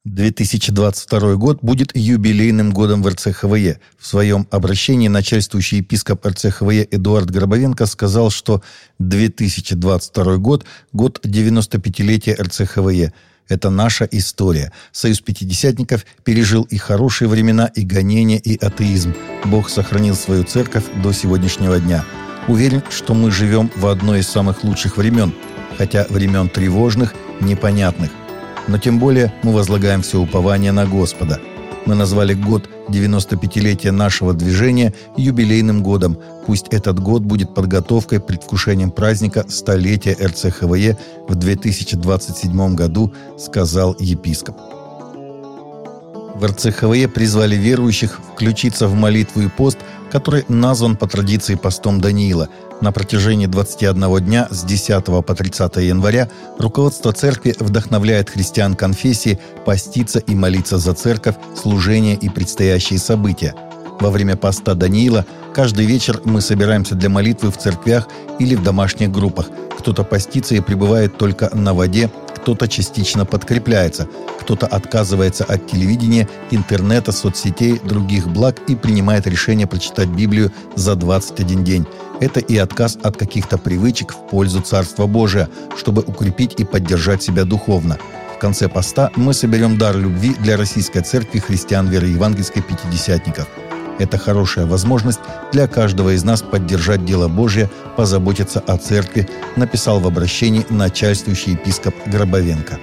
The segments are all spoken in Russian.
2022 год будет юбилейным годом в РЦХВЕ. В своем обращении начальствующий епископ РЦХВЕ Эдуард Гробовенко сказал, что 2022 год – год 95-летия РЦХВЕ. Это наша история. Союз пятидесятников пережил и хорошие времена, и гонения, и атеизм. Бог сохранил свою церковь до сегодняшнего дня. Уверен, что мы живем в одно из самых лучших времен, хотя времен тревожных, непонятных. Но тем более мы возлагаем все упование на Господа. Мы назвали год 95-летия нашего движения юбилейным годом. Пусть этот год будет подготовкой, предвкушением праздника столетия РЦХВЕ в 2027 году, сказал епископ. В РЦХВЕ призвали верующих включиться в молитву и пост, который назван по традиции постом Даниила. На протяжении 21 дня с 10 по 30 января руководство церкви вдохновляет христиан конфессии поститься и молиться за церковь, служение и предстоящие события. Во время поста Даниила каждый вечер мы собираемся для молитвы в церквях или в домашних группах. Кто-то постится и пребывает только на воде, кто-то частично подкрепляется, кто-то отказывается от телевидения, интернета, соцсетей, других благ и принимает решение прочитать Библию за 21 день. Это и отказ от каких-то привычек в пользу Царства Божия, чтобы укрепить и поддержать себя духовно. В конце поста мы соберем дар любви для Российской Церкви христиан веры евангельской пятидесятников. Это хорошая возможность для каждого из нас поддержать дело Божие, позаботиться о церкви, написал в обращении начальствующий епископ Гробовенко.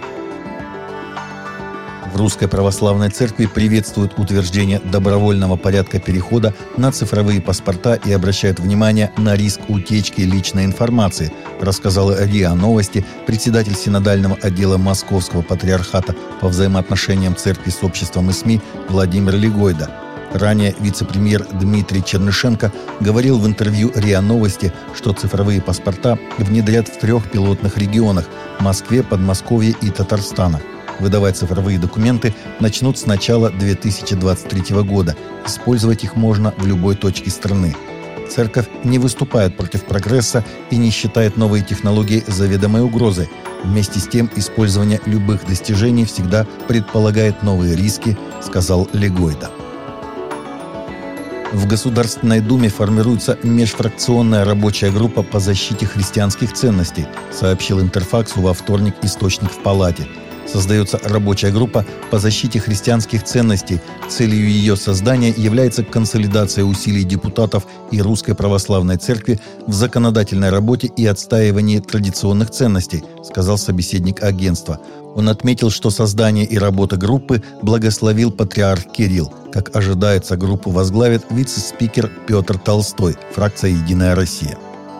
В Русской Православной Церкви приветствуют утверждение добровольного порядка перехода на цифровые паспорта и обращают внимание на риск утечки личной информации, рассказала РИА Новости председатель синодального отдела Московского патриархата по взаимоотношениям церкви с обществом и СМИ Владимир Легойда. Ранее вице-премьер Дмитрий Чернышенко говорил в интервью РИА Новости, что цифровые паспорта внедрят в 3 пилотных регионах – Москве, Подмосковье и Татарстана. Выдавать цифровые документы начнут с начала 2023 года. Использовать их можно в любой точке страны. Церковь не выступает против прогресса и не считает новые технологии заведомой угрозой. Вместе с тем, использование любых достижений всегда предполагает новые риски, сказал Легойда. В Государственной Думе формируется межфракционная рабочая группа по защите христианских ценностей, сообщил Интерфаксу во вторник источник в Палате. Создается рабочая группа по защите христианских ценностей. Целью ее создания является консолидация усилий депутатов и Русской Православной Церкви в законодательной работе и отстаивании традиционных ценностей, сказал собеседник агентства. Он отметил, что создание и работа группы благословил патриарх Кирилл. Как ожидается, группу возглавит вице-спикер Петр Толстой, фракция «Единая Россия».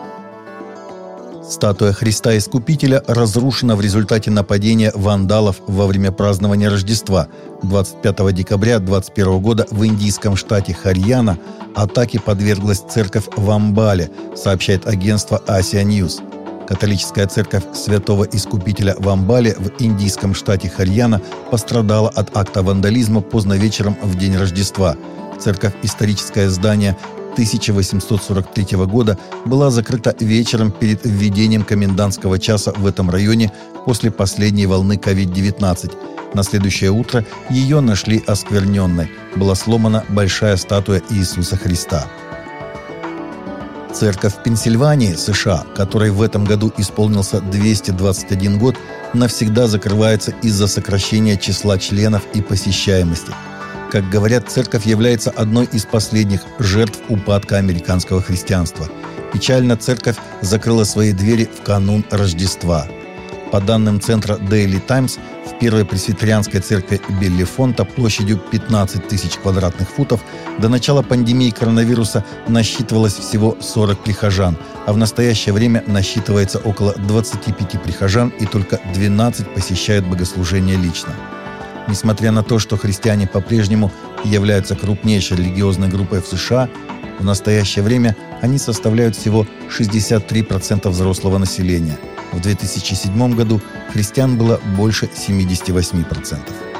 Статуя Христа Искупителя разрушена в результате нападения вандалов во время празднования Рождества. 25 декабря 2021 года в индийском штате Харьяна атаке подверглась церковь в Амбале, сообщает агентство Asia News. Католическая церковь Святого Искупителя в Амбале в индийском штате Харьяна пострадала от акта вандализма поздно вечером в день Рождества. Церковь, историческое здание 1843 года, была закрыта вечером перед введением комендантского часа в этом районе после последней волны COVID-19. На следующее утро ее нашли оскверненной. Была сломана большая статуя Иисуса Христа. Церковь в Пенсильвании, США, которой в этом году исполнился 221 год, навсегда закрывается из-за сокращения числа членов и посещаемости. Как говорят, церковь является одной из последних жертв упадка американского христианства. Печально, церковь закрыла свои двери в канун Рождества. По данным центра Daily Times, в первой пресвитерианской церкви Беллифонта площадью 15 тысяч квадратных футов до начала пандемии коронавируса насчитывалось всего 40 прихожан, а в настоящее время насчитывается около 25 прихожан и только 12 посещают богослужение лично. Несмотря на то, что христиане по-прежнему являются крупнейшей религиозной группой в США, в настоящее время они составляют всего 63% взрослого населения. В 2007 году христиан было больше 78%.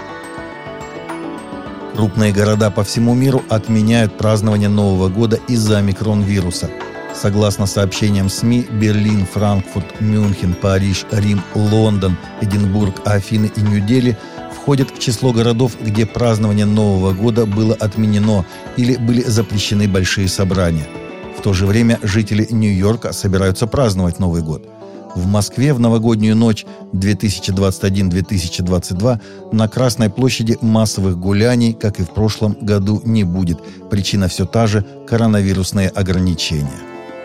Крупные города по всему миру отменяют празднование Нового года из-за омикрон-вируса. Согласно сообщениям СМИ, Берлин, Франкфурт, Мюнхен, Париж, Рим, Лондон, Эдинбург, Афины и Нью-Дели входят в число городов, где празднование Нового года было отменено или были запрещены большие собрания. В то же время жители Нью-Йорка собираются праздновать Новый год. В Москве в новогоднюю ночь 2021-2022 на Красной площади массовых гуляний, как и в прошлом году, не будет. Причина все та же – коронавирусные ограничения.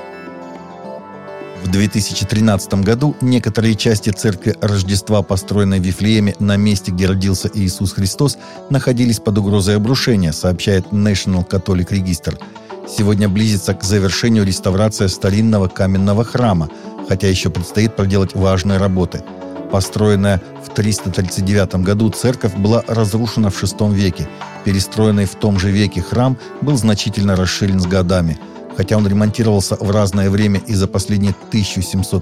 В 2013 году некоторые части церкви Рождества, построенной в Вифлееме на месте, где родился Иисус Христос, находились под угрозой обрушения, сообщает National Catholic Register. Сегодня близится к завершению реставрация старинного каменного храма, хотя еще предстоит проделать важные работы. Построенная в 339 году церковь была разрушена в VI веке. Перестроенный в том же веке храм был значительно расширен с годами. Хотя он ремонтировался в разное время и за последние 1700